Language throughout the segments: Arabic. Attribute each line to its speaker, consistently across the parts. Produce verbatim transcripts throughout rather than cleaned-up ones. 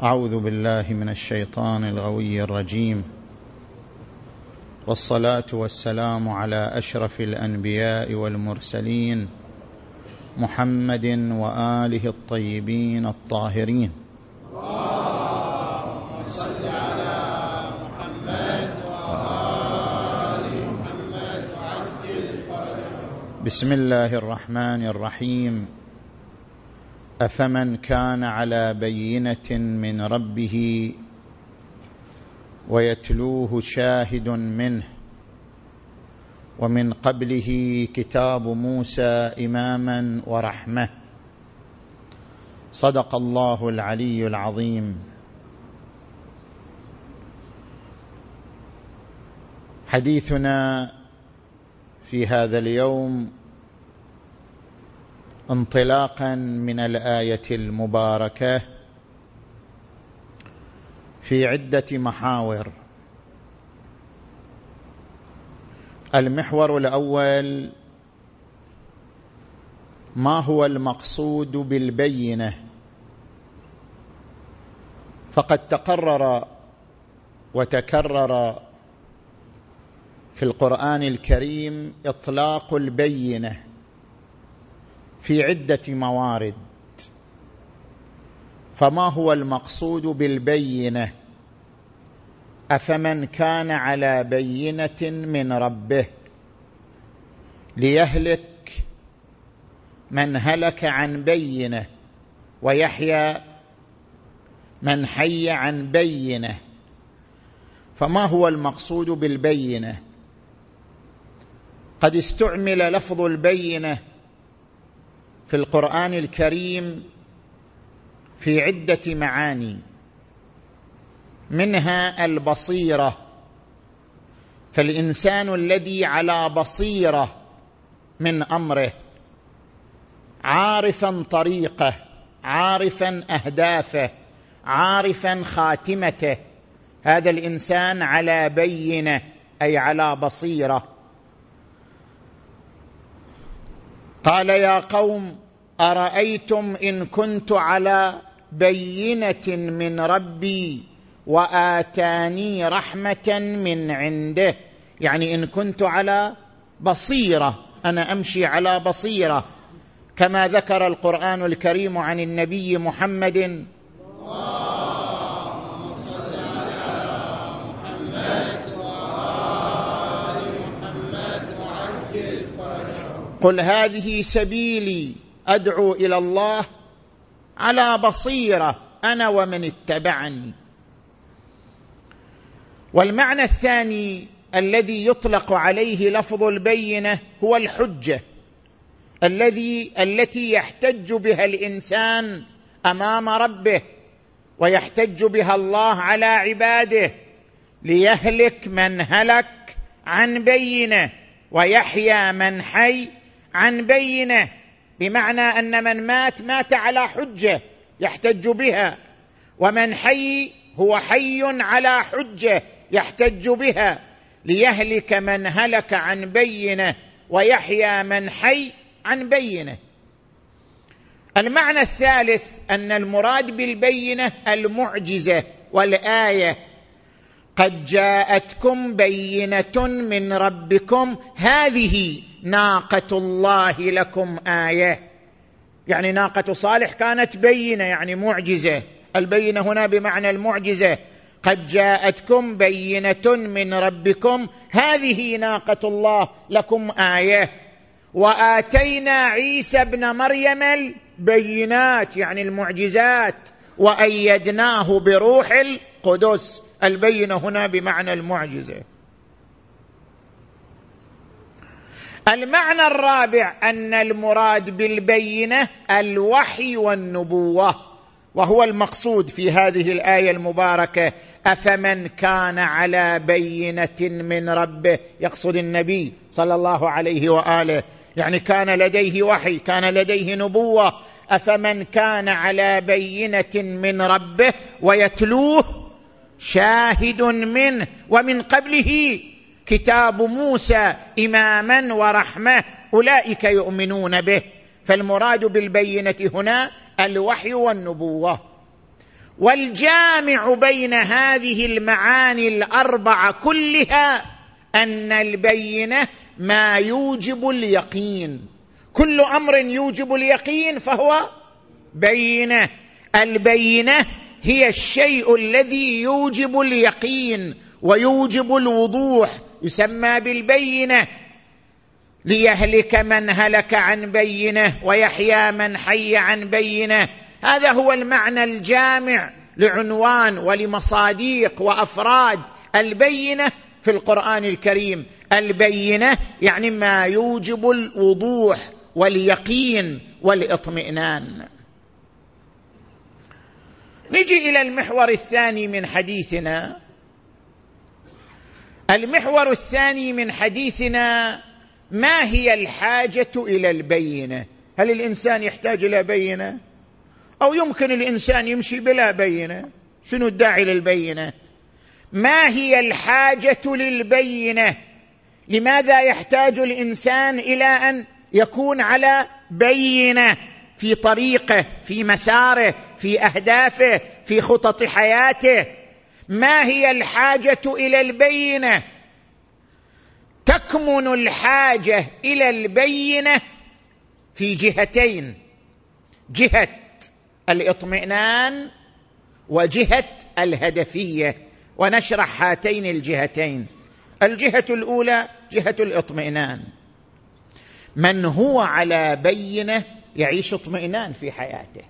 Speaker 1: أعوذ بالله من الشيطان الغوي الرجيم، والصلاة والسلام على أشرف الأنبياء والمرسلين محمد وآله الطيبين الطاهرين.
Speaker 2: اللهم صل على محمد وآل محمد وعجل فرجهم.
Speaker 1: بسم الله الرحمن الرحيم. أفمن كان على بينة من ربه ويتلوه شاهد منه ومن قبله كتاب موسى إماما ورحمة. صدق الله العلي العظيم. حديثنا في هذا اليوم انطلاقا من الآية المباركة في عدة محاور. المحور الأول: ما هو المقصود بالبينة؟ فقد تقرر وتكرر في القرآن الكريم إطلاق البينة في عدة موارد. فما هو المقصود بالبينة؟ أفمن كان على بينة من ربه ليهلك من هلك عن بينة ويحيى من حي عن بينة. فما هو المقصود بالبينة؟ قد استعمل لفظ البينة في القرآن الكريم في عدة معاني، منها البصيرة، فالإنسان الذي على بصيرة من أمره، عارفا طريقه، عارفا أهدافه، عارفا خاتمته، هذا الإنسان على بينة أي على بصيرة. قال: يا قوم أرأيتم إن كنت على بينة من ربي وآتاني رحمة من عنده، يعني إن كنت على بصيرة، أنا أمشي على بصيرة، كما ذكر القرآن الكريم عن النبي محمد:
Speaker 2: اللهم صل على محمد وآل محمد وعجل فرجهم.
Speaker 1: قل هذه سبيلي أدعو إلى الله على بصيرة أنا ومن اتبعني. والمعنى الثاني الذي يطلق عليه لفظ البينة هو الحجة، الذي التي يحتج بها الإنسان أمام ربه، ويحتج بها الله على عباده، ليهلك من هلك عن بينة ويحيى من حي عن بينة، بمعنى أن من مات مات على حجة يحتج بها، ومن حي هو حي على حجة يحتج بها، ليهلك من هلك عن بينة ويحيى من حي عن بينة. المعنى الثالث أن المراد بالبينة المعجزة والآية. قد جاءتكم بينة من ربكم هذه ناقة الله لكم آية، يعني ناقة صالح كانت بينة يعني معجزة. البينة هنا بمعنى المعجزة. قد جاءتكم بينة من ربكم هذه ناقة الله لكم آية. وآتينا عيسى ابن مريم البينات يعني المعجزات، وأيدناه بروح القدس. البينة هنا بمعنى المعجزة. المعنى الرابع أن المراد بالبينة الوحي والنبوة، وهو المقصود في هذه الآية المباركة: أفمن كان على بينة من ربه، يقصد النبي صلى الله عليه وآله، يعني كان لديه وحي، كان لديه نبوة. أفمن كان على بينة من ربه ويتلوه شاهد منه ومن قبله كتاب موسى إماما ورحمة، أولئك يؤمنون به. فالمراد بالبينة هنا الوحي والنبوة. والجامع بين هذه المعاني الأربعة كلها أن البينة ما يوجب اليقين. كل أمر يوجب اليقين فهو بينة. البينة هي الشيء الذي يوجب اليقين ويوجب الوضوح، يسمى بالبينة. ليهلك من هلك عن بينة ويحيى من حي عن بينة. هذا هو المعنى الجامع لعنوان ولمصاديق وأفراد البينة في القرآن الكريم. البينة يعني ما يوجب الوضوح واليقين والاطمئنان. نجي إلى المحور الثاني من حديثنا. المحور الثاني من حديثنا: ما هي الحاجة إلى البينة؟ هل الإنسان يحتاج إلى بينة؟ أو يمكن الإنسان يمشي بلا بينة؟ شنو الداعي للبينة؟ ما هي الحاجة للبينة؟ لماذا يحتاج الإنسان إلى أن يكون على بينة في طريقه، في مساره، في أهدافه، في خطط حياته؟ ما هي الحاجة إلى البينة؟ تكمن الحاجة إلى البينة في جهتين: جهة الاطمئنان وجهة الهدفية، ونشرح هاتين الجهتين. الجهة الأولى جهة الاطمئنان. من هو على بينة يعيش اطمئنان في حياته.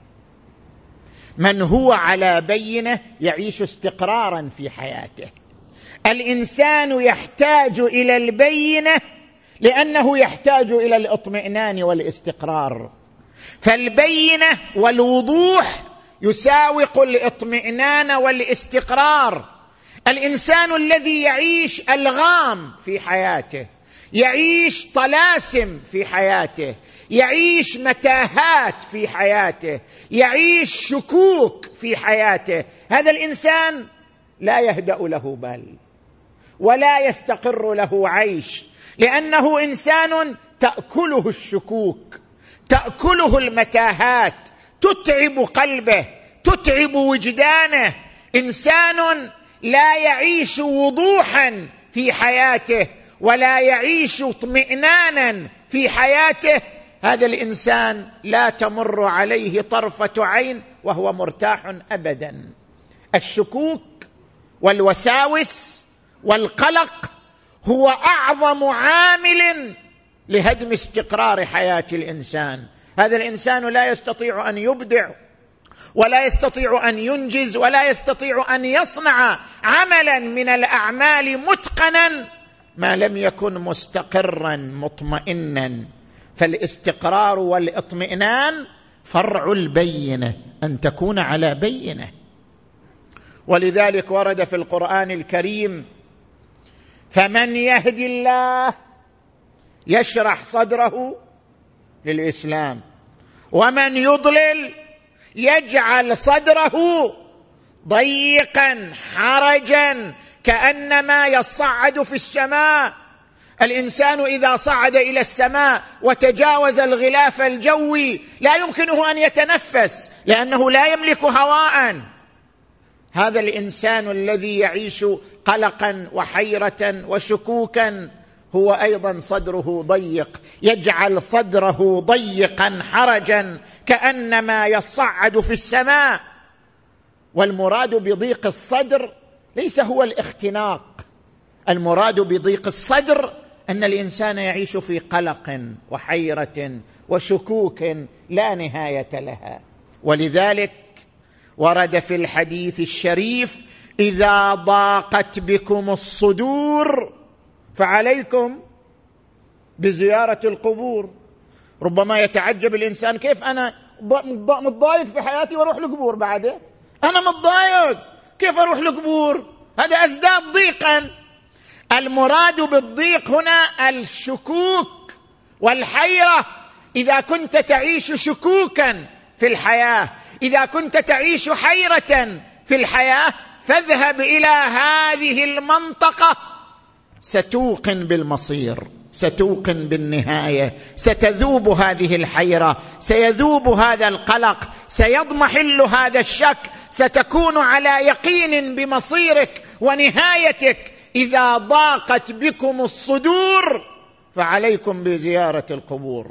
Speaker 1: من هو على بينة يعيش استقرارا في حياته. الإنسان يحتاج إلى البينة لأنه يحتاج إلى الاطمئنان والاستقرار. فالبينة والوضوح يساوق الاطمئنان والاستقرار. الإنسان الذي يعيش ألغام في حياته، يعيش طلاسم في حياته، يعيش متاهات في حياته، يعيش شكوك في حياته، هذا الإنسان لا يهدأ له بال ولا يستقر له عيش، لأنه إنسان تأكله الشكوك، تأكله المتاهات، تتعب قلبه، تتعب وجدانه. إنسان لا يعيش وضوحا في حياته ولا يعيش اطمئنانا في حياته، هذا الإنسان لا تمر عليه طرفة عين وهو مرتاح أبدا. الشكوك والوساوس والقلق هو أعظم عامل لهدم استقرار حياة الإنسان. هذا الإنسان لا يستطيع أن يبدع ولا يستطيع أن ينجز ولا يستطيع أن يصنع عملا من الأعمال متقنا ما لم يكن مستقرا مطمئنا. فالاستقرار والاطمئنان فرع البينة، أن تكون على بينة. ولذلك ورد في القرآن الكريم: فمن يهدي الله يشرح صدره للإسلام، ومن يضلل يجعل صدره ضيقا حرجا كأنما يصعد في السماء. الإنسان إذا صعد إلى السماء وتجاوز الغلاف الجوي لا يمكنه أن يتنفس لأنه لا يملك هواء. هذا الإنسان الذي يعيش قلقا وحيرة وشكوكا هو أيضا صدره ضيق، يجعل صدره ضيقا حرجا كأنما يصعد في السماء. والمراد بضيق الصدر ليس هو الاختناق، المراد بضيق الصدر أن الإنسان يعيش في قلق وحيرة وشكوك لا نهاية لها. ولذلك ورد في الحديث الشريف: إذا ضاقت بكم الصدور فعليكم بزيارة القبور. ربما يتعجب الإنسان: كيف أنا متضايق في حياتي وأروح لقبور بعده؟ أنا متضايق كيف أروح لقبور؟ هذا أزداد ضيقا. المراد بالضيق هنا الشكوك والحيرة. إذا كنت تعيش شكوكا في الحياة، إذا كنت تعيش حيرة في الحياة، فاذهب إلى هذه المنطقة ستوقن بالمصير. ستوقن بالنهاية، ستذوب هذه الحيرة، سيذوب هذا القلق، سيضمحل هذا الشك، ستكون على يقين بمصيرك ونهايتك. إذا ضاقت بكم الصدور فعليكم بزيارة القبور.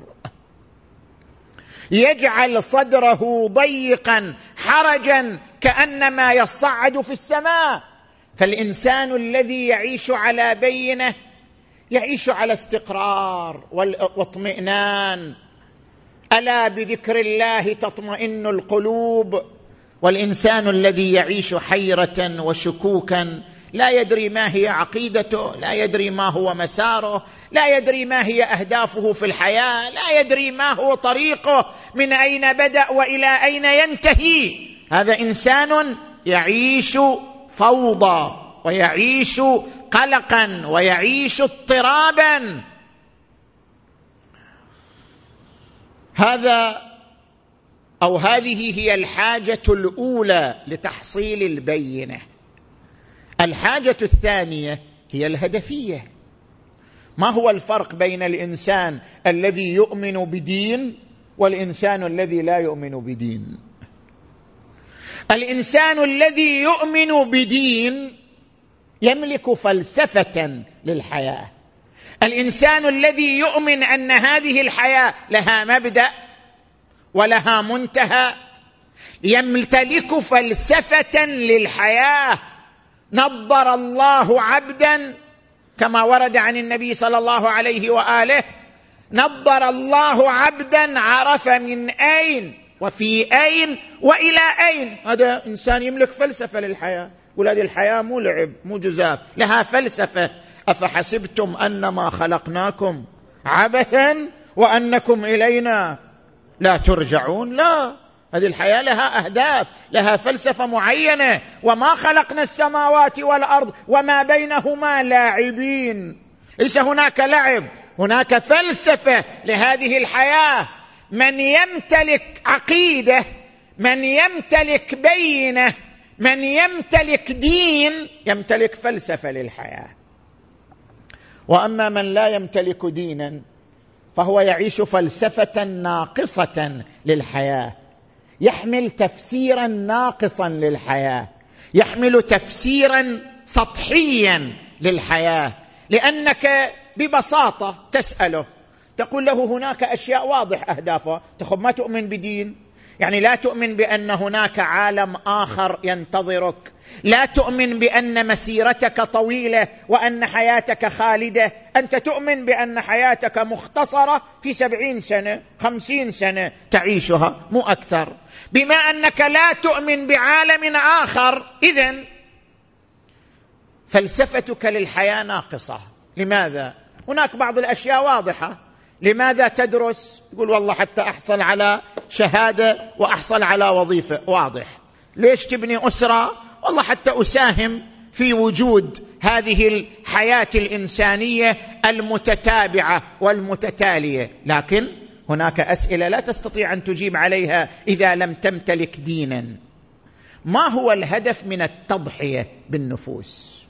Speaker 1: يجعل صدره ضيقا حرجا كأنما يصعد في السماء. فالإنسان الذي يعيش على بينه يعيش على استقرار واطمئنان. ألا بذكر الله تطمئن القلوب. والإنسان الذي يعيش حيرة وشكوكا لا يدري ما هي عقيدته، لا يدري ما هو مساره، لا يدري ما هي أهدافه في الحياة، لا يدري ما هو طريقه، من أين بدأ وإلى أين ينتهي. هذا إنسان يعيش فوضى ويعيش قلقا ويعيش اضطرابا. هذا أو هذه هي الحاجة الأولى لتحصيل البينة. الحاجة الثانية هي الهدفية. ما هو الفرق بين الإنسان الذي يؤمن بدين والإنسان الذي لا يؤمن بدين؟ الإنسان الذي يؤمن بدين يملك فلسفة للحياة. الإنسان الذي يؤمن أن هذه الحياة لها مبدأ ولها منتهى يمتلك فلسفة للحياة. نضر الله عبدا كما ورد عن النبي صلى الله عليه وآله: نضر الله عبدا عرف من أين وفي أين وإلى أين. هذا إنسان يملك فلسفة للحياة. ولهذه الحياة مو لعب مو جزاف، لها فلسفة. أفحسبتم أنما خلقناكم عبثا وأنكم إلينا لا ترجعون؟ لا، هذه الحياة لها أهداف، لها فلسفة معينة. وما خلقنا السماوات والأرض وما بينهما لاعبين. ليس هناك لعب، هناك فلسفة لهذه الحياة. من يمتلك عقيدة، من يمتلك بينة، من يمتلك دين يمتلك فلسفة للحياة. وأما من لا يمتلك دينا فهو يعيش فلسفة ناقصة للحياة، يحمل تفسيرا ناقصا للحياة، يحمل تفسيرا سطحيا للحياة. لأنك ببساطة تسأله تقول له هناك أشياء واضح أهدافها. تخب ما تؤمن بدين، يعني لا تؤمن بأن هناك عالم آخر ينتظرك، لا تؤمن بأن مسيرتك طويلة وأن حياتك خالدة. أنت تؤمن بأن حياتك مختصرة في سبعين سنة خمسين سنة تعيشها، مو أكثر. بما أنك لا تؤمن بعالم آخر، إذن فلسفتك للحياة ناقصة. لماذا؟ هناك بعض الأشياء واضحة. لماذا تدرس؟ يقول والله حتى أحصل على شهادة وأحصل على وظيفة، واضح. ليش تبني أسرة؟ والله حتى أساهم في وجود هذه الحياة الإنسانية المتتابعة والمتتالية. لكن هناك أسئلة لا تستطيع أن تجيب عليها إذا لم تمتلك دينا. ما هو الهدف من التضحية بالنفوس؟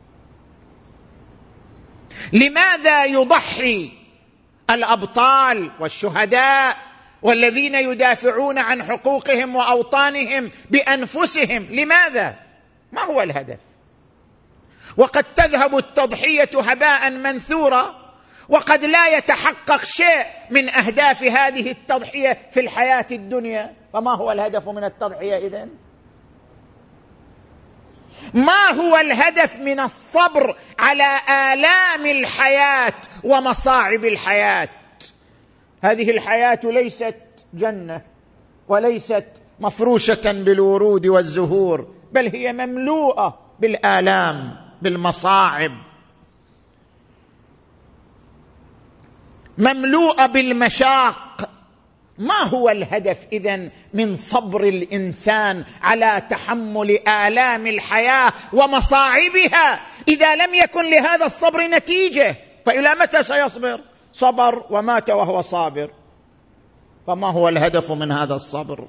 Speaker 1: لماذا يضحي الأبطال والشهداء والذين يدافعون عن حقوقهم وأوطانهم بأنفسهم؟ لماذا؟ ما هو الهدف؟ وقد تذهب التضحية هباء منثورا، وقد لا يتحقق شيء من أهداف هذه التضحية في الحياة الدنيا. فما هو الهدف من التضحية إذن؟ ما هو الهدف من الصبر على آلام الحياة ومصاعب الحياة؟ هذه الحياة ليست جنة وليست مفروشة بالورود والزهور، بل هي مملوءة بالآلام بالمصاعب، مملوءة بالمشاق. ما هو الهدف إذن من صبر الإنسان على تحمل آلام الحياة ومصاعبها إذا لم يكن لهذا الصبر نتيجة؟ فإلى متى سيصبر؟ صبر ومات وهو صابر. فما هو الهدف من هذا الصبر؟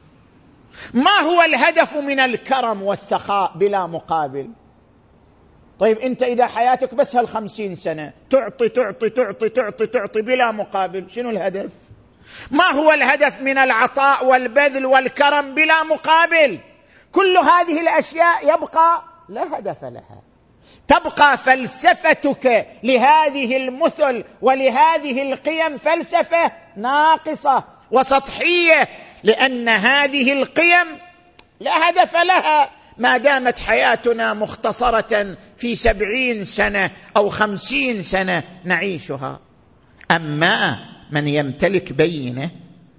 Speaker 1: ما هو الهدف من الكرم والسخاء بلا مقابل؟ طيب أنت إذا حياتك بس هالخمسين سنة تعطي تعطي تعطي تعطي تعطي بلا مقابل، شنو الهدف؟ ما هو الهدف من العطاء والبذل والكرم بلا مقابل؟ كل هذه الأشياء يبقى لا هدف لها. تبقى فلسفتك لهذه المثل ولهذه القيم فلسفة ناقصة وسطحية، لأن هذه القيم لا هدف لها ما دامت حياتنا مختصرة في سبعين سنة أو خمسين سنة نعيشها. أما من يمتلك بينة،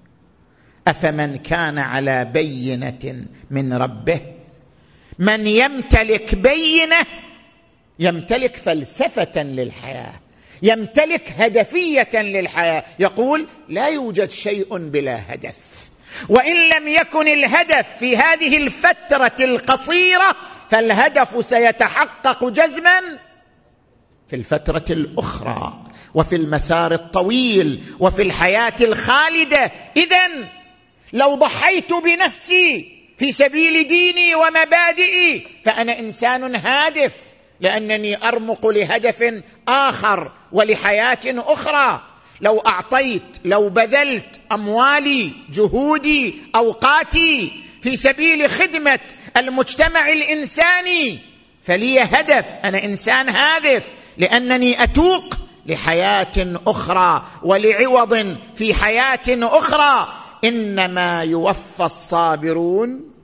Speaker 1: أفمن كان على بينة من ربه، من يمتلك بينة يمتلك فلسفة للحياة، يمتلك هدفية للحياة، يقول لا يوجد شيء بلا هدف، وإن لم يكن الهدف في هذه الفترة القصيرة فالهدف سيتحقق جزما في الفترة الأخرى وفي المسار الطويل وفي الحياة الخالدة. إذن لو ضحيت بنفسي في سبيل ديني ومبادئي فأنا إنسان هادف، لأنني أرمق لهدف آخر ولحياة أخرى. لو أعطيت، لو بذلت أموالي، جهودي، أوقاتي في سبيل خدمة المجتمع الإنساني فلي هدف، أنا إنسان هادف، لأنني أتوق لحياة أخرى ولعوض في حياة أخرى. إنما يوفى الصابرون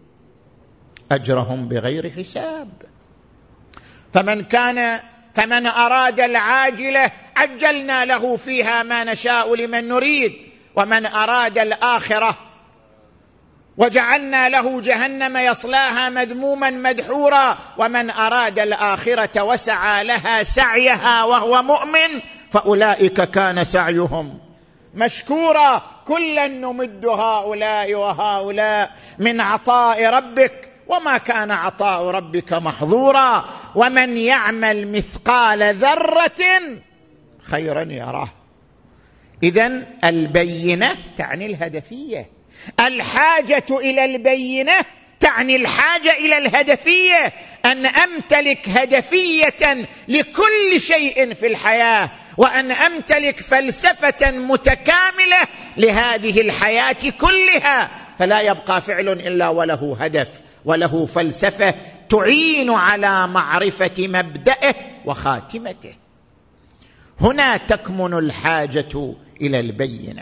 Speaker 1: أجرهم بغير حساب. فمن كان فمن أراد العاجلة عجلنا له فيها ما نشاء لمن نريد، ومن أراد الآخرة وجعلنا له جهنم يصلاها مذموما مدحورا، ومن أراد الآخرة وسعى لها سعيها وهو مؤمن فأولئك كان سعيهم مشكورا. كلا نمد هؤلاء وهؤلاء من عطاء ربك وما كان عطاء ربك محظورا، ومن يعمل مثقال ذرة خيرا يراه. إذن البينة تعني الهدفية، الحاجة إلى البينة تعني الحاجة إلى الهدفية، أن أمتلك هدفية لكل شيء في الحياة، وأن أمتلك فلسفة متكاملة لهذه الحياة كلها، فلا يبقى فعل إلا وله هدف وله فلسفة تعين على معرفة مبدأه وخاتمته. هنا تكمن الحاجة إلى البينة.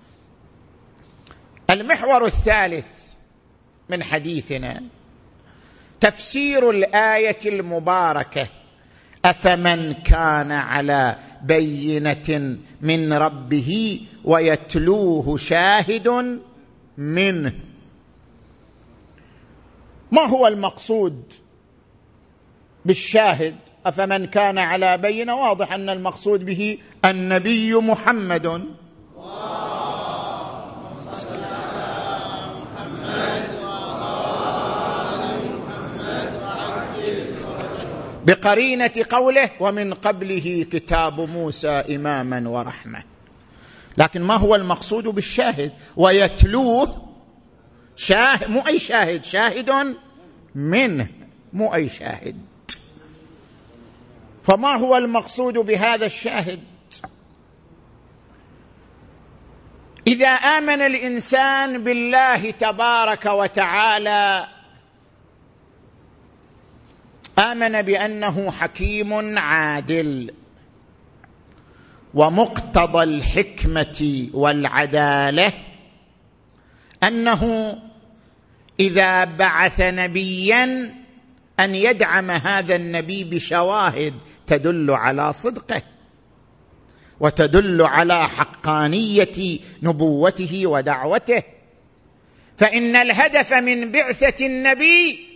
Speaker 1: المحور الثالث من حديثنا تفسير الآية المباركة أفمن كان على بينة من ربه ويتلوه شاهد منه. ما هو المقصود بالشاهد؟ أفمن كان على بينة، واضح أن المقصود به النبي محمد بقرينة قوله ومن قبله كتاب موسى إماما ورحمة. لكن ما هو المقصود بالشاهد؟ ويتلوه شاهد، مو أي شاهد، شاهد منه، مو أي شاهد. فما هو المقصود بهذا الشاهد؟ إذا آمن الإنسان بالله تبارك وتعالى آمن بأنه حكيم عادل، ومقتضى الحكمة والعدالة أنه إذا بعث نبيا أن يدعم هذا النبي بشواهد تدل على صدقه وتدل على حقانية نبوته ودعوته. فإن الهدف من بعثة النبي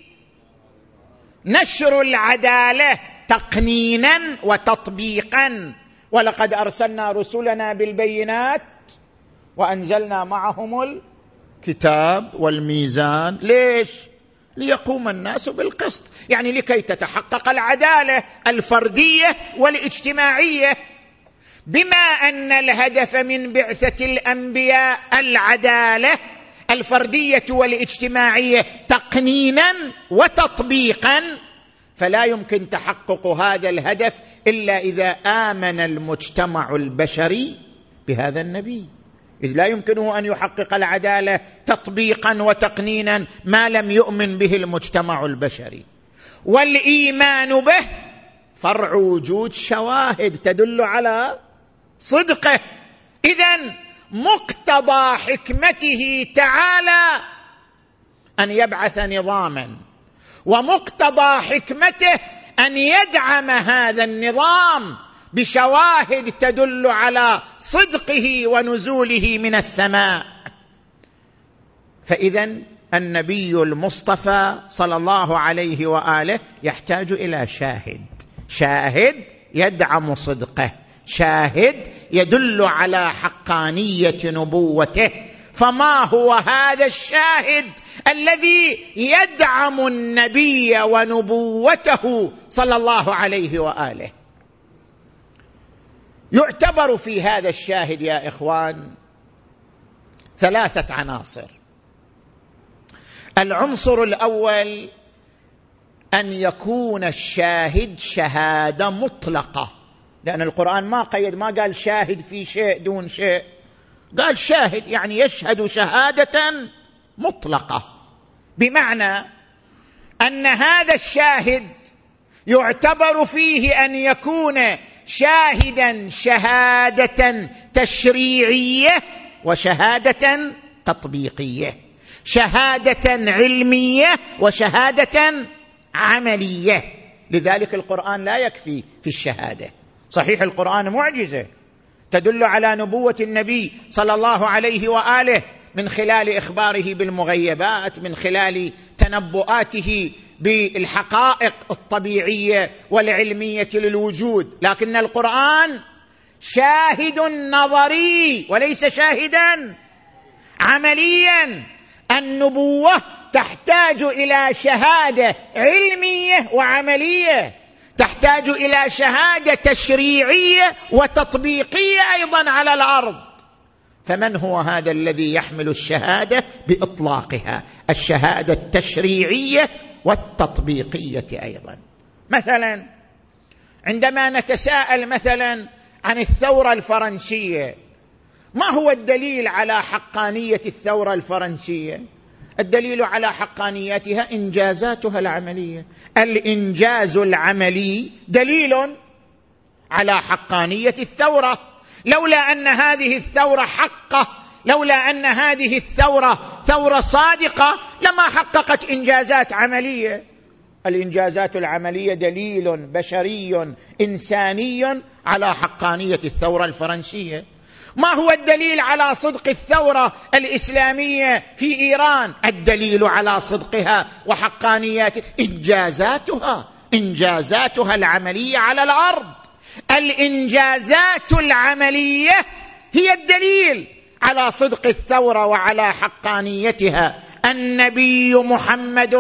Speaker 1: نشر العدالة تقنينا وتطبيقا. ولقد أرسلنا رسلنا بالبينات وأنزلنا معهم الكتاب والميزان. ليش؟ ليقوم الناس بالقسط، يعني لكي تتحقق العدالة الفردية والاجتماعية. بما أن الهدف من بعثة الأنبياء العدالة الفردية والاجتماعية تقنينا وتطبيقا، فلا يمكن تحقق هذا الهدف إلا إذا آمن المجتمع البشري بهذا النبي، إذ لا يمكنه أن يحقق العدالة تطبيقا وتقنينا ما لم يؤمن به المجتمع البشري. والإيمان به فرع وجود شواهد تدل على صدقه. إذن مقتضى حكمته تعالى أن يبعث نظاما، ومقتضى حكمته أن يدعم هذا النظام بشواهد تدل على صدقه ونزوله من السماء. فإذن النبي المصطفى صلى الله عليه وآله يحتاج إلى شاهد، شاهد يدعم صدقه، شاهد يدل على حقانية نبوته. فما هو هذا الشاهد الذي يدعم النبي ونبوته صلى الله عليه وآله؟ يعتبر في هذا الشاهد يا إخوان ثلاثة عناصر. العنصر الأول أن يكون الشاهد شهادة مطلقة، لأن القرآن ما قيد، ما قال شاهد في شيء دون شيء، قال شاهد يعني يشهد شهادة مطلقة، بمعنى أن هذا الشاهد يعتبر فيه أن يكون شاهدا شهادة تشريعية وشهادة تطبيقية، شهادة علمية وشهادة عملية. لذلك القرآن لا يكفي في الشهادة. صحيح القرآن معجزة تدل على نبوة النبي صلى الله عليه وآله من خلال إخباره بالمغيبات، من خلال تنبؤاته بالحقائق الطبيعية والعلمية للوجود، لكن القرآن شاهد نظري وليس شاهدا عمليا. النبوة تحتاج إلى شهادة علمية وعملية، تحتاج إلى شهادة تشريعية وتطبيقية أيضا على الأرض. فمن هو هذا الذي يحمل الشهادة بإطلاقها؟ الشهادة التشريعية والتطبيقية أيضا. مثلا عندما نتساءل مثلا عن الثورة الفرنسية، ما هو الدليل على حقانية الثورة الفرنسية؟ الدليل على حقانيتها إنجازاتها العملية. الإنجاز العملي دليل على حقانية الثورة. لولا أن هذه الثورة حقة، لولا أن هذه الثورة ثورة صادقة لما حققت إنجازات عملية. الإنجازات العملية دليل بشري إنساني على حقانية الثورة الفرنسية. ما هو الدليل على صدق الثورة الإسلامية في إيران؟ الدليل على صدقها وحقانياتها إنجازاتها، إنجازاتها العملية على الأرض. الإنجازات العملية هي الدليل على صدق الثورة وعلى حقانيتها. النبي محمد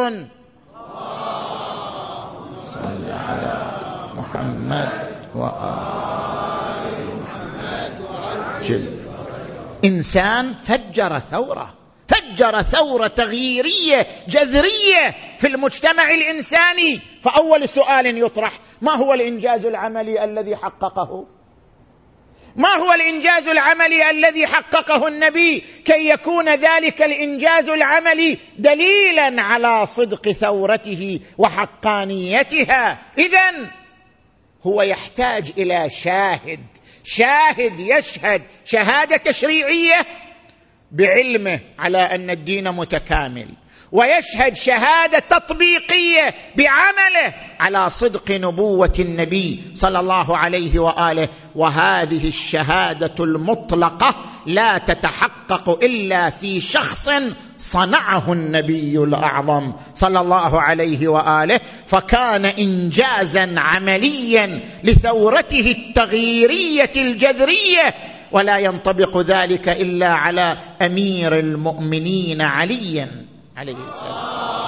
Speaker 1: صلى على محمد وآل محمد ورجل. إنسان فجر ثورة، فجر ثورة تغييرية جذرية في المجتمع الإنساني. فأول سؤال يطرح: ما هو الإنجاز العملي الذي حققه؟ ما هو الإنجاز العملي الذي حققه النبي كي يكون ذلك الإنجاز العملي دليلا على صدق ثورته وحقانيتها؟ إذن هو يحتاج إلى شاهد، شاهد يشهد شهادة تشريعية بعلمه على أن الدين متكامل، ويشهد شهادة تطبيقية بعمله على صدق نبوة النبي صلى الله عليه وآله. وهذه الشهادة المطلقة لا تتحقق إلا في شخص صنعه النبي الأعظم صلى الله عليه وآله، فكان إنجازا عمليا لثورته التغييرية الجذرية، ولا ينطبق ذلك إلا على أمير المؤمنين علي عليه السلام.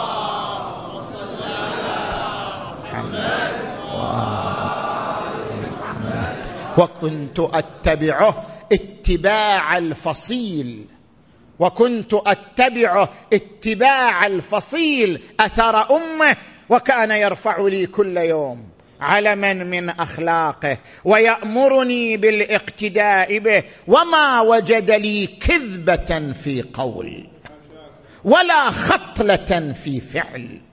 Speaker 1: محمد محمد وكنت أتبعه اتباع الفصيل، وكنت أتبعه اتباع الفصيل أثر أمه، وكان يرفع لي كل يوم علما من أخلاقه ويأمرني بالاقتداء به، وما وجد لي كذبة في قول ولا خطلة في فعل.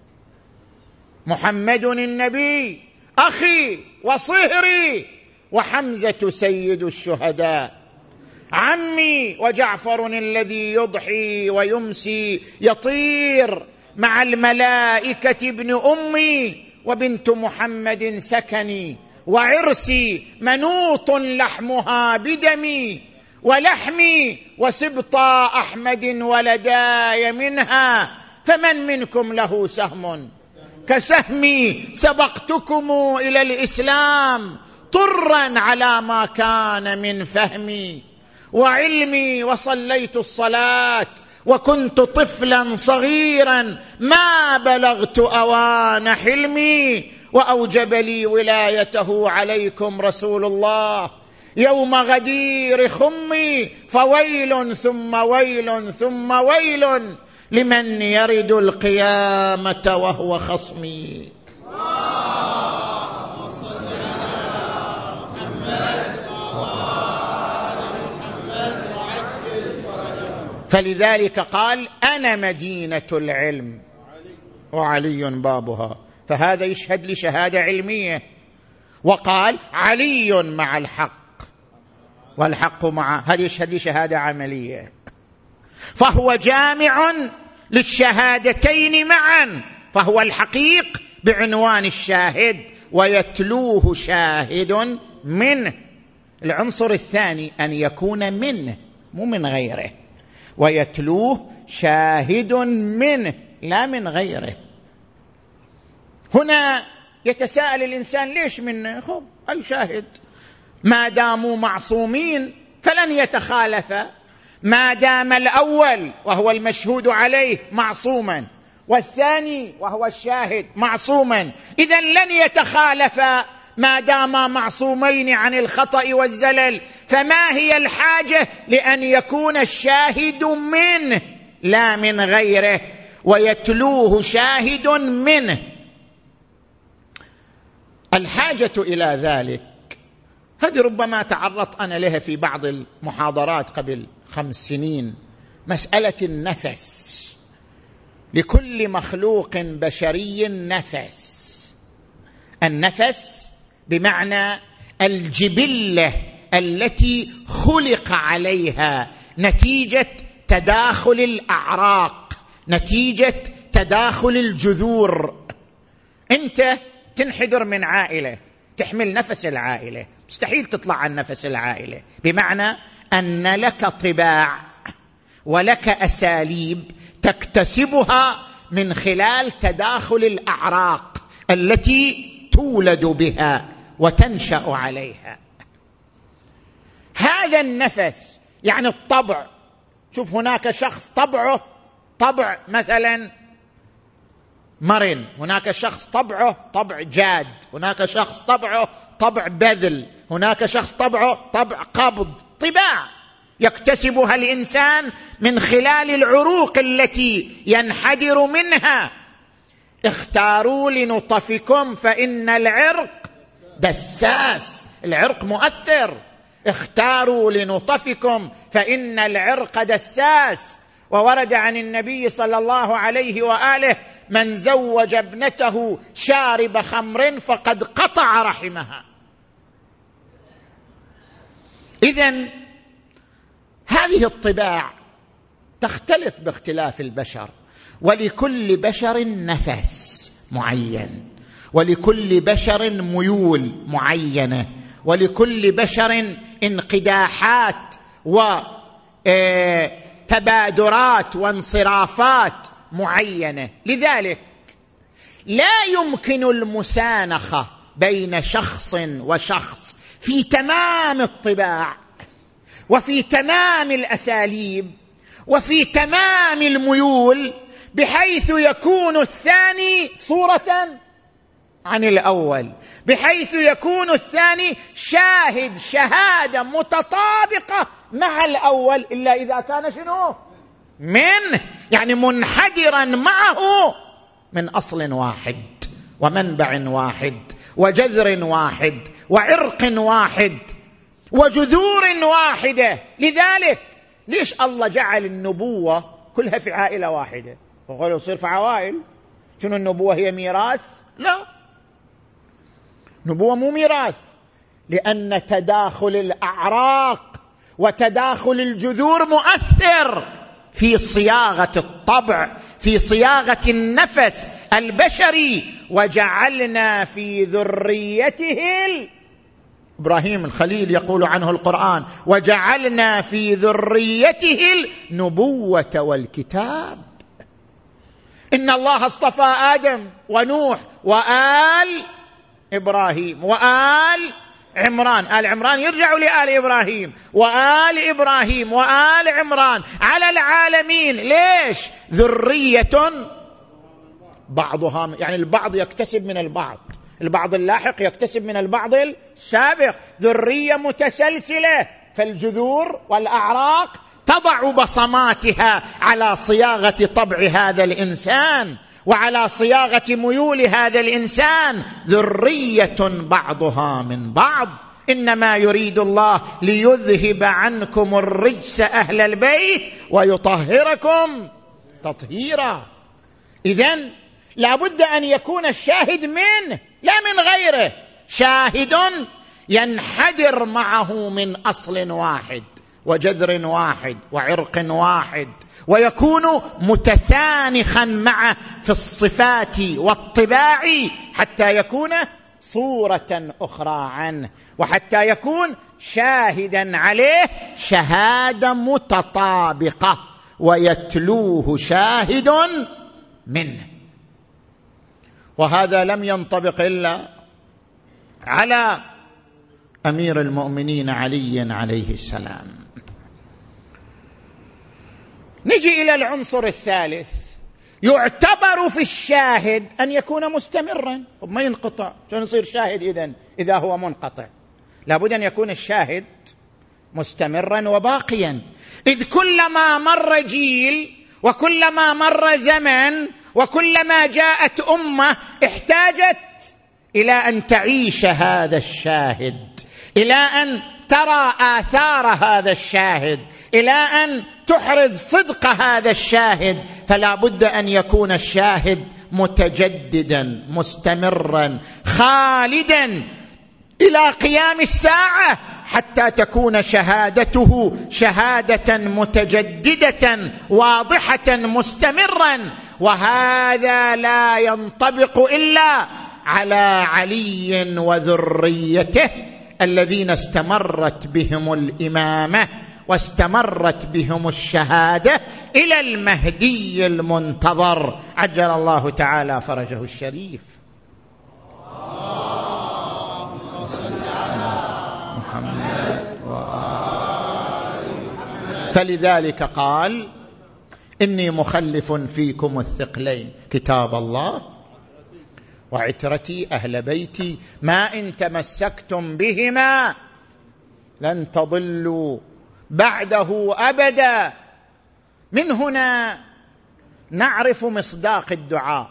Speaker 1: محمد النبي أخي وصهري، وحمزة سيد الشهداء، عمي وجعفر الذي يضحي ويمسي يطير مع الملائكة ابن أمي، وبنت محمد سكني وعرسي منوط لحمها بدمي، ولحمي وسبط أحمد ولداي منها، فمن منكم له سهم كسهمي، سبقتكم إلى الإسلام طرا على ما كان من فهمي وعلمي، وصليت الصلاة وكنت طفلا صغيرا ما بلغت أوان حلمي، وأوجب لي ولايته عليكم رسول الله يوم غدير خمي، فويل ثم ويل ثم ويل لمن يرد القيامة وهو خصمي. فلذلك قال أنا مدينة العلم وعلي بابها، فهذا يشهد لشهادة علمية. وقال علي مع الحق والحق مع، هذا يشهد لشهادة عملية. فهو جامع للشهادتين معا، فهو الحقيق بعنوان الشاهد، ويتلوه شاهد منه. العنصر الثاني أن يكون منه مو من غيره، ويتلوه شاهد منه لا من غيره. هنا يتساءل الإنسان ليش منه؟ خب أي شاهد، ما داموا معصومين فلن يتخالفا، ما دام الأول وهو المشهود عليه معصوما والثاني وهو الشاهد معصوما، إذن لن يتخالفا ما داما معصومين عن الخطأ والزلل. فما هي الحاجة لأن يكون الشاهد منه لا من غيره، ويتلوه شاهد منه؟ الحاجة إلى ذلك هذه ربما تعرضت أنا لها في بعض المحاضرات قبل خمس سنين، مسألة النفس. لكل مخلوق بشري نفس، النفس بمعنى الجبلة التي خلق عليها نتيجة تداخل الأعراق، نتيجة تداخل الجذور. أنت تنحدر من عائلة تحمل نفس العائلة، مستحيل تطلع عن نفس العائلة، بمعنى أن لك طباع ولك أساليب تكتسبها من خلال تداخل الأعراق التي تولد بها وتنشأ عليها. هذا النفس يعني الطبع. شوف هناك شخص طبعه طبع مثلا مرن، هناك شخص طبعه طبع جاد، هناك شخص طبعه طبع بذل، هناك شخص طبعه طبع قبض. طباع يكتسبها الإنسان من خلال العروق التي ينحدر منها. اختاروا لنطفكم فإن العرق دساس، العرق مؤثر. اختاروا لنطفكم فإن العرق دساس. وورد عن النبي صلى الله عليه وآله من زوج ابنته شارب خمر فقد قطع رحمها. إذن هذه الطباع تختلف باختلاف البشر، ولكل بشر نفس معين، ولكل بشر ميول معينة، ولكل بشر انقداحات وتبادرات وانصرافات معينة. لذلك لا يمكن المسانخة بين شخص وشخص في تمام الطباع وفي تمام الأساليب وفي تمام الميول، بحيث يكون الثاني صورة عن الأول، بحيث يكون الثاني شاهد شهادة متطابقة مع الأول، إلا إذا كان شنو منه، يعني منحدرا معه من أصل واحد ومنبع واحد وجذر واحد وعرق واحد وجذور واحدة. لذلك ليش الله جعل النبوة كلها في عائلة واحدة؟ وقالوا يصير في عوائل. شنو النبوة هي ميراث؟ لا، نبوة مو ميراث، لأن تداخل الأعراق وتداخل الجذور مؤثر في صياغة الطبع، في صياغة النفس البشري. وجعلنا في ذريته إبراهيم الخليل يقول عنه القرآن: وجعلنا في ذريته النبوة والكتاب. إن الله اصطفى آدم ونوح وآل إبراهيم وآل عمران. آل عمران يرجعوا لآل إبراهيم، وآل إبراهيم وآل عمران على العالمين. ليش؟ ذرية بعضها، يعني البعض يكتسب من البعض، البعض اللاحق يكتسب من البعض السابق، ذرية متسلسلة. فالجذور والأعراق تضع بصماتها على صياغة طبع هذا الإنسان وعلى صياغة ميول هذا الإنسان، ذرية بعضها من بعض. إنما يريد الله ليذهب عنكم الرجس أهل البيت ويطهركم تطهيرا. إذن لابد أن يكون الشاهد منه لا من غيره، شاهد ينحدر معه من أصل واحد وجذر واحد وعرق واحد، ويكون متسانخا معه في الصفات والطباع حتى يكون صورة أخرى عنه، وحتى يكون شاهدا عليه شهادة متطابقة ويتلوه شاهد منه. وهذا لم ينطبق إلا على أمير المؤمنين علي عليه السلام. نجي إلى العنصر الثالث، يعتبر في الشاهد أن يكون مستمرا، ما ينقطع. شلون يصير شاهد إذن إذا هو منقطع؟ لابد أن يكون الشاهد مستمرا وباقيا، إذ كلما مر جيل وكلما مر زمن وكلما جاءت أمة احتاجت إلى أن تعيش هذا الشاهد، إلى أن ترى آثار هذا الشاهد، إلى أن تحرز صدق هذا الشاهد. فلا بد أن يكون الشاهد متجددا مستمرا خالدا إلى قيام الساعة، حتى تكون شهادته شهادة متجددة واضحة مستمرا. وهذا لا ينطبق إلا على علي وذريته الذين استمرت بهم الإمامة واستمرت بهم الشهادة إلى المهدي المنتظر عجل الله تعالى فرجه الشريف. اللهم صل على محمد وآل محمد. فلذلك قال: إني مخلف فيكم الثقلين، كتاب الله وعترتي أهل بيتي، ما إن تمسكتم بهما لن تضلوا بعده أبدا. من هنا نعرف مصداق الدعاء: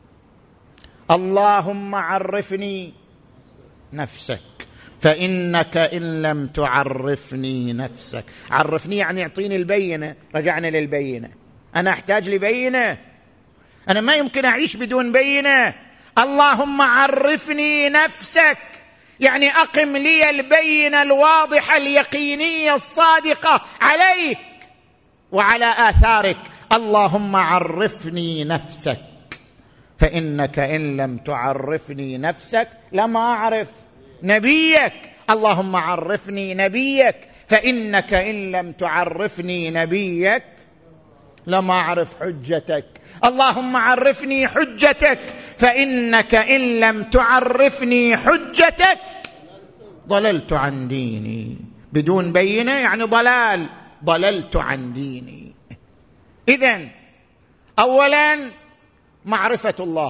Speaker 1: اللهم عرفني نفسك فإنك إن لم تعرفني نفسك. عرفني يعني اعطيني البينة. رجعنا للبينة، أنا أحتاج لبينة، أنا ما يمكن أعيش بدون بينة. اللهم عرفني نفسك يعني أقم لي البينة الواضحة اليقينية الصادقة عليك وعلى آثارك. اللهم عرفني نفسك فإنك إن لم تعرفني نفسك لما أعرف نبيك. اللهم عرفني نبيك فإنك إن لم تعرفني نبيك لما أعرف حجتك. اللهم عرفني حجتك فإنك إن لم تعرفني حجتك ضللت عن ديني. بدون بينة يعني ضلال، ضللت عن ديني. إذن أولا معرفة الله،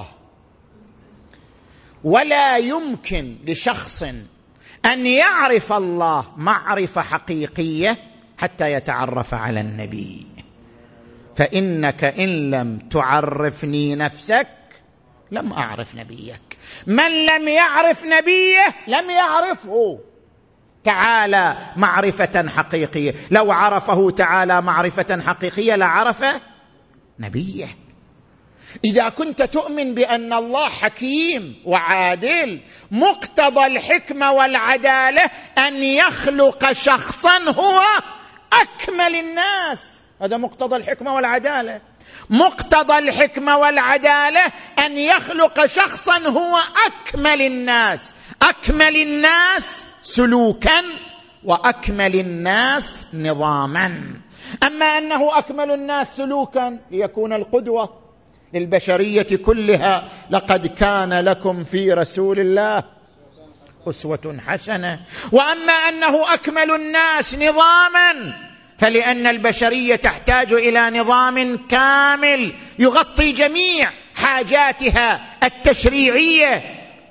Speaker 1: ولا يمكن لشخص أن يعرف الله معرفة حقيقية حتى يتعرف على النبي. فإنك إن لم تعرفني نفسك لم أعرف نبيك. من لم يعرف نبيه لم يعرفه تعالى معرفة حقيقية. لو عرفه تعالى معرفة حقيقية لعرف نبيه. إذا كنت تؤمن بأن الله حكيم وعادل، مقتضى الحكمة والعدالة أن يخلق شخصا هو أكمل الناس. هذا مقتضى الحكمة والعدالة. مقتضى الحكمة والعدالة أن يخلق شخصا هو أكمل الناس، أكمل الناس سلوكا وأكمل الناس نظاما. أما أنه أكمل الناس سلوكا ليكون القدوة للبشرية كلها، لقد كان لكم في رسول الله أسوة حسنة. وأما أنه أكمل الناس نظاما فلأن البشرية تحتاج إلى نظام كامل يغطي جميع حاجاتها التشريعية،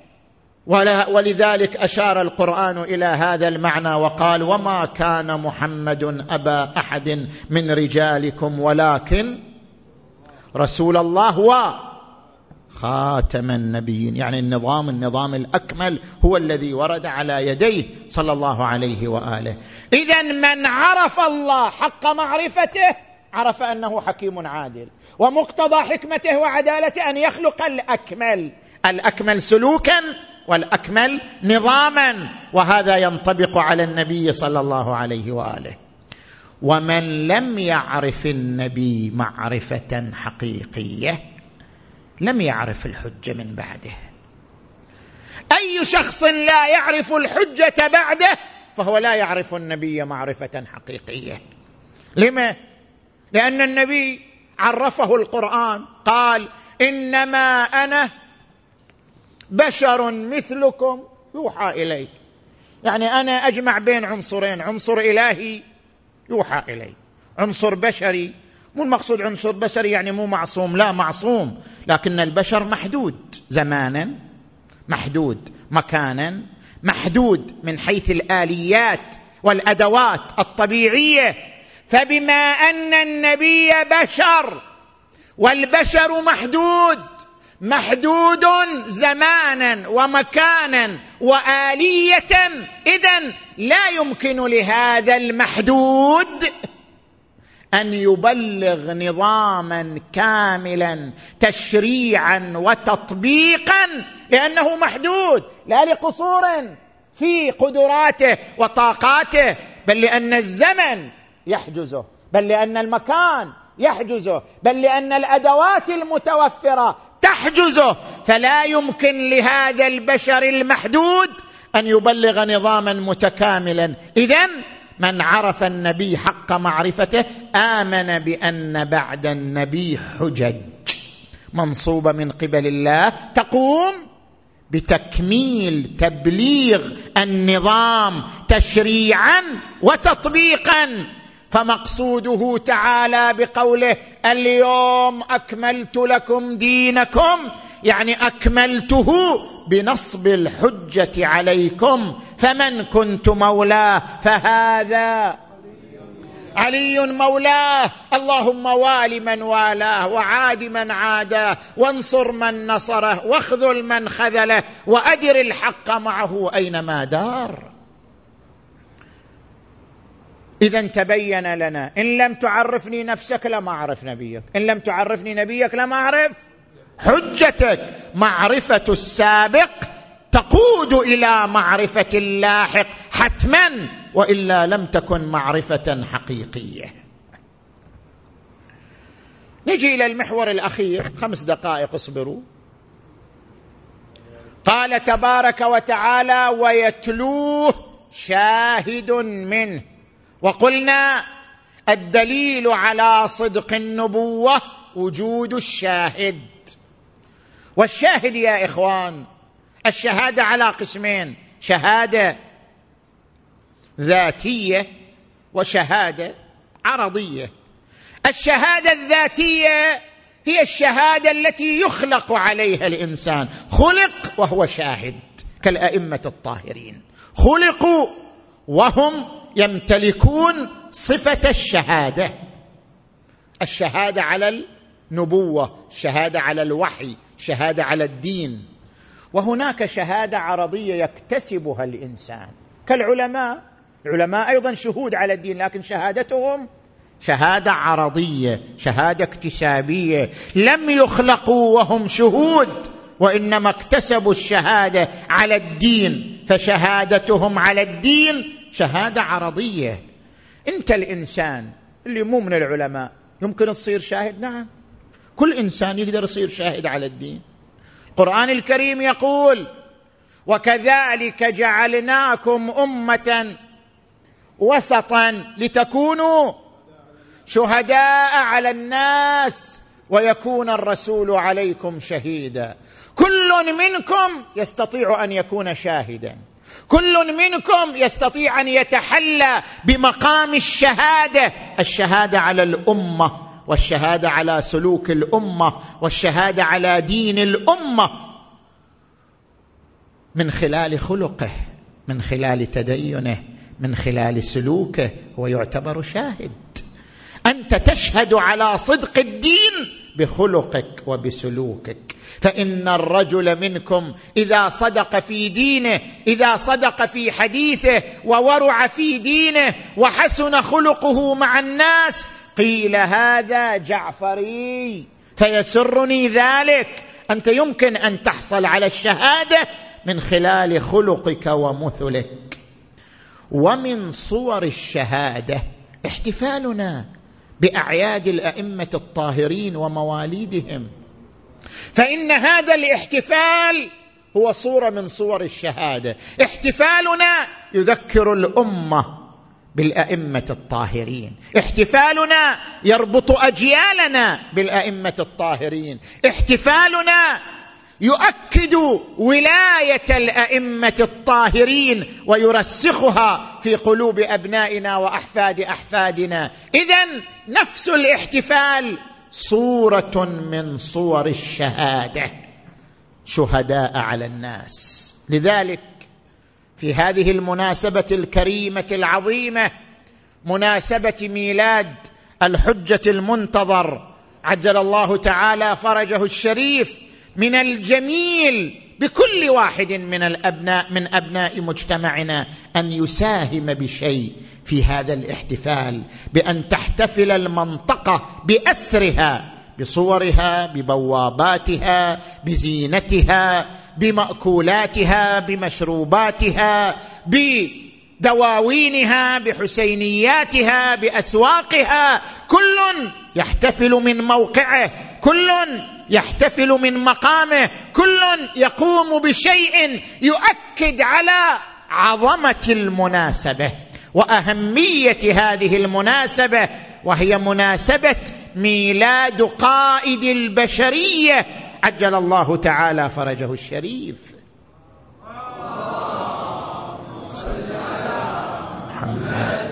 Speaker 1: ولذلك أشار القرآن إلى هذا المعنى وقال: وما كان محمد أبا أحد من رجالكم ولكن رسول الله وخاتم النبيين. يعني النظام النظام الأكمل هو الذي ورد على يديه صلى الله عليه وآله. إذن من عرف الله حق معرفته عرف أنه حكيم عادل، ومقتضى حكمته وعدالته أن يخلق الأكمل، الأكمل سلوكا والأكمل نظاما. وهذا ينطبق على النبي صلى الله عليه وآله. ومن لم يعرف النبي معرفة حقيقية لم يعرف الحجة من بعده. أي شخص لا يعرف الحجة بعده فهو لا يعرف النبي معرفة حقيقية. لما؟ لأن النبي عرفه القرآن، قال: إنما أنا بشر مثلكم يوحى إلي. يعني أنا أجمع بين عنصرين، عنصر إلهي يوحى إلي، عنصر بشري. مو المقصود عنصر بشري يعني مو معصوم، لا، معصوم، لكن البشر محدود زمانا، محدود مكانا، محدود من حيث الآليات والأدوات الطبيعية. فبما أن النبي بشر والبشر محدود، محدود زمانا ومكانا وآلية، إذن لا يمكن لهذا المحدود أن يبلغ نظاما كاملا تشريعا وتطبيقا، لأنه محدود، لا لقصور في قدراته وطاقاته، بل لأن الزمن يحجزه، بل لأن المكان يحجزه، بل لأن الأدوات المتوفرة تحجزه. فلا يمكن لهذا البشر المحدود أن يبلغ نظاما متكاملا. إذن من عرف النبي حق معرفته آمن بأن بعد النبي حجج منصوبة من قبل الله تقوم بتكميل تبليغ النظام تشريعا وتطبيقا. فمقصوده تعالى بقوله: اليوم أكملت لكم دينكم، يعني أكملته بنصب الحجة عليكم، فمن كنت مولاه فهذا علي مولاه. اللهم وال من والاه وعاد من عاداه وانصر من نصره واخذل من خذله وأدر الحق معه أينما دار. إذن تبين لنا: إن لم تعرفني نفسك لما أعرف نبيك، إن لم تعرفني نبيك لما أعرف حجتك. معرفة السابق تقود إلى معرفة اللاحق حتما، وإلا لم تكن معرفة حقيقية. نجي إلى المحور الأخير، خمس دقائق اصبروا. قال تبارك وتعالى: ويتلوه شاهد منه. وقلنا الدليل على صدق النبوة وجود الشاهد. والشاهد يا إخوان، الشهادة على قسمين: شهادة ذاتية وشهادة عرضية. الشهادة الذاتية هي الشهادة التي يخلق عليها الإنسان، خلق وهو شاهد، كالأئمة الطاهرين خلقوا وهم يمتلكون صفة الشهادة. الشهادة على نبوة، شهادة على الوحي، شهادة على الدين. وهناك شهادة عرضية يكتسبها الإنسان كالعلماء. العلماء أيضا شهود على الدين، لكن شهادتهم شهادة عرضية، شهادة اكتسابية، لم يخلقوا وهم شهود، وإنما اكتسبوا الشهادة على الدين، فشهادتهم على الدين شهادة عرضية. أنت الإنسان اللي مو من العلماء يمكن تصير شاهد؟ نعم، كل إنسان يقدر يصير شاهد على الدين. القرآن الكريم يقول: وكذلك جعلناكم أمة وسطا لتكونوا شهداء على الناس ويكون الرسول عليكم شهيدا. كل منكم يستطيع أن يكون شاهدا، كل منكم يستطيع أن يتحلى بمقام الشهادة، الشهادة على الأمة، والشهادة على سلوك الأمة، والشهادة على دين الأمة، من خلال خلقه، من خلال تدينه، من خلال سلوكه، هو يعتبر شاهد. أنت تشهد على صدق الدين بخلقك وبسلوكك. فإن الرجل منكم إذا صدق في دينه، إذا صدق في حديثه وورع في دينه وحسن خلقه مع الناس، قيل هذا جعفري، فيسرني ذلك. أنت يمكن أن تحصل على الشهادة من خلال خلقك ومثلك. ومن صور الشهادة احتفالنا بأعياد الأئمة الطاهرين ومواليدهم، فإن هذا الاحتفال هو صورة من صور الشهادة. احتفالنا يذكر الأمة بالأئمة الطاهرين، احتفالنا يربط أجيالنا بالأئمة الطاهرين، احتفالنا يؤكد ولاية الأئمة الطاهرين ويرسخها في قلوب أبنائنا وأحفاد أحفادنا. إذن نفس الاحتفال صورة من صور الشهادة، شهداء على الناس. لذلك في هذه المناسبة الكريمة العظيمة، مناسبة ميلاد الحجة المنتظر عجل الله تعالى فرجه الشريف، من الجميل بكل واحد من الأبناء من أبناء مجتمعنا أن يساهم بشيء في هذا الاحتفال، بأن تحتفل المنطقة بأسرها، بصورها، ببواباتها، بزينتها، بمأكولاتها، بمشروباتها، بدواوينها، بحسينياتها، بأسواقها. كل يحتفل من موقعه، كل يحتفل من مقامه، كل يقوم بشيء يؤكد على عظمة المناسبة وأهمية هذه المناسبة، وهي مناسبة ميلاد قائد البشرية عجل الله تعالى فرجه الشريف. محمد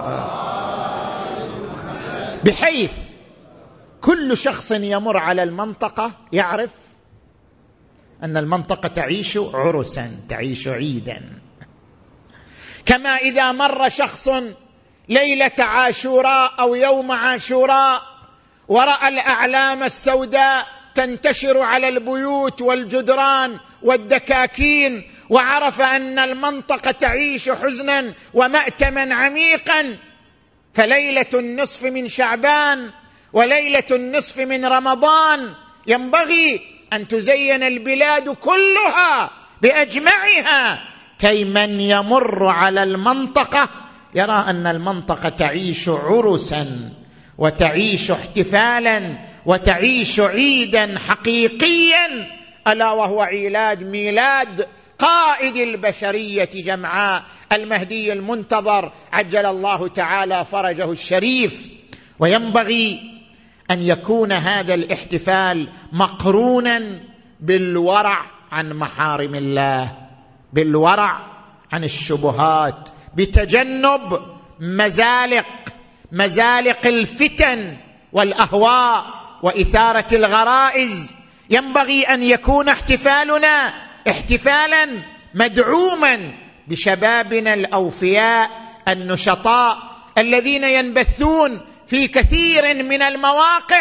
Speaker 1: بحيث كل شخص يمر على المنطقة يعرف أن المنطقة تعيش عرسا، تعيش عيدا. كما إذا مر شخص ليلة عاشوراء أو يوم عاشوراء ورأى الأعلام السوداء تنتشر على البيوت والجدران والدكاكين، وعرف أن المنطقة تعيش حزنا ومأتما عميقا، فليلة النصف من شعبان وليلة النصف من رمضان ينبغي أن تزين البلاد كلها بأجمعها، كي من يمر على المنطقة يرى أن المنطقة تعيش عرسا وتعيش احتفالا وتعيش عيدا حقيقيا، ألا وهو عيلاد ميلاد قائد البشرية جمعاء المهدي المنتظر عجل الله تعالى فرجه الشريف. وينبغي أن يكون هذا الاحتفال مقرونا بالورع عن محارم الله، بالورع عن الشبهات، بتجنب مزالق مزالق الفتن والأهواء وإثارة الغرائز. ينبغي أن يكون احتفالنا احتفالا مدعوما بشبابنا الأوفياء النشطاء الذين ينبثون في كثير من المواقع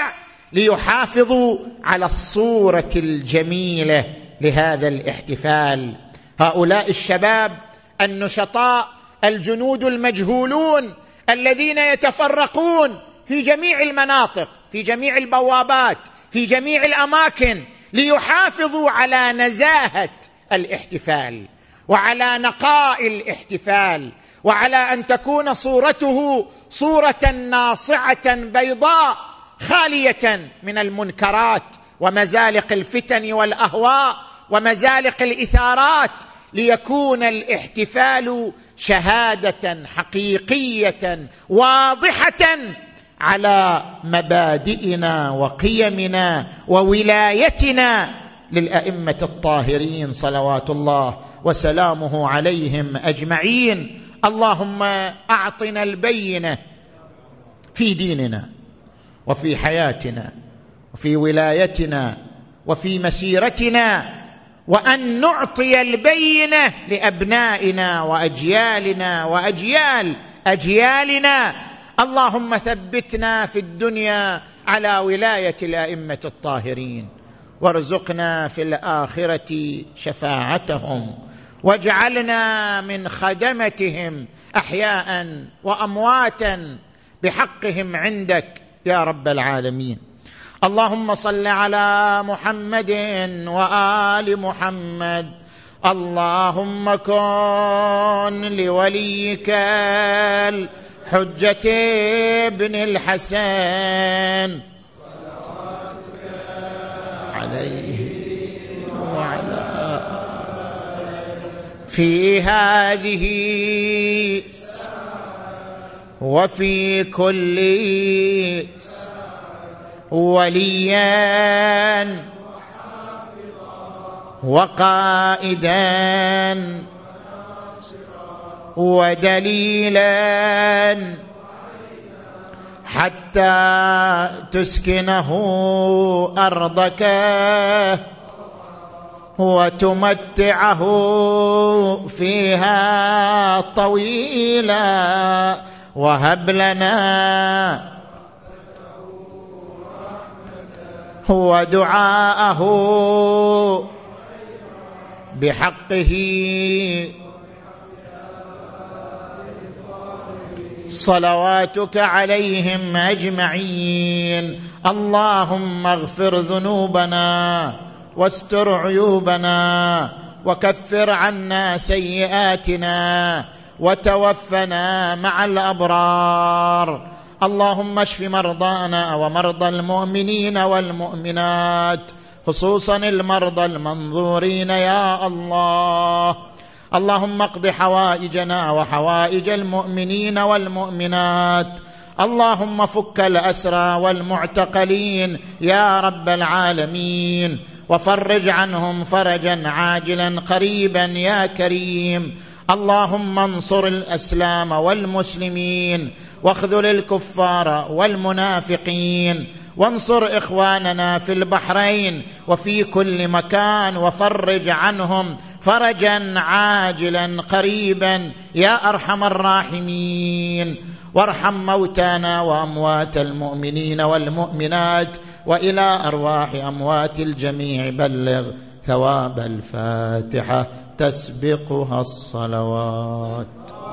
Speaker 1: ليحافظوا على الصورة الجميلة لهذا الاحتفال. هؤلاء الشباب النشطاء الجنود المجهولون الذين يتفرقون في جميع المناطق، في جميع البوابات، في جميع الأماكن، ليحافظوا على نزاهة الاحتفال وعلى نقاء الاحتفال، وعلى أن تكون صورته صورة ناصعة بيضاء خالية من المنكرات ومزالق الفتن والأهواء ومزالق الإثارات، ليكون الاحتفال شهادة حقيقية واضحة على مبادئنا وقيمنا وولايتنا للأئمة الطاهرين صلوات الله وسلامه عليهم أجمعين. اللهم أعطنا البينة في ديننا وفي حياتنا وفي ولايتنا وفي مسيرتنا، وأن نعطي البينة لأبنائنا وأجيالنا وأجيال أجيالنا. اللهم ثبتنا في الدنيا على ولاية الأئمة الطاهرين، وارزقنا في الآخرة شفاعتهم، واجعلنا من خدمتهم أحياء وأمواتا بحقهم عندك يا رب العالمين. اللهم صل على محمد وآل محمد. اللهم كن لوليك الحجة ابن الحسن عليه وعلى في هذه وفي كل وليا وقائدا ودليلا حتى تسكنه أرضك وتمتعه فيها طويلا، وهب لنا ودعاءه بحقه صلواتك عليهم أجمعين. اللهم اغفر ذنوبنا واستر عيوبنا وكفر عنا سيئاتنا وتوفنا مع الأبرار. اللهم اشف مرضانا ومرضى المؤمنين والمؤمنات، خصوصا المرضى المنظورين يا الله. اللهم اقض حوائجنا وحوائج المؤمنين والمؤمنات. اللهم فك الأسرى والمعتقلين يا رب العالمين، وفرج عنهم فرجا عاجلا قريبا يا كريم. اللهم انصر الإسلام والمسلمين، واخذل الكفار والمنافقين، وانصر إخواننا في البحرين وفي كل مكان، وفرج عنهم فرجا عاجلا قريبا يا أرحم الراحمين. وارحم موتانا وأموات المؤمنين والمؤمنات، وإلى أرواح أموات الجميع بلغ ثواب الفاتحة تسبقها الصلوات.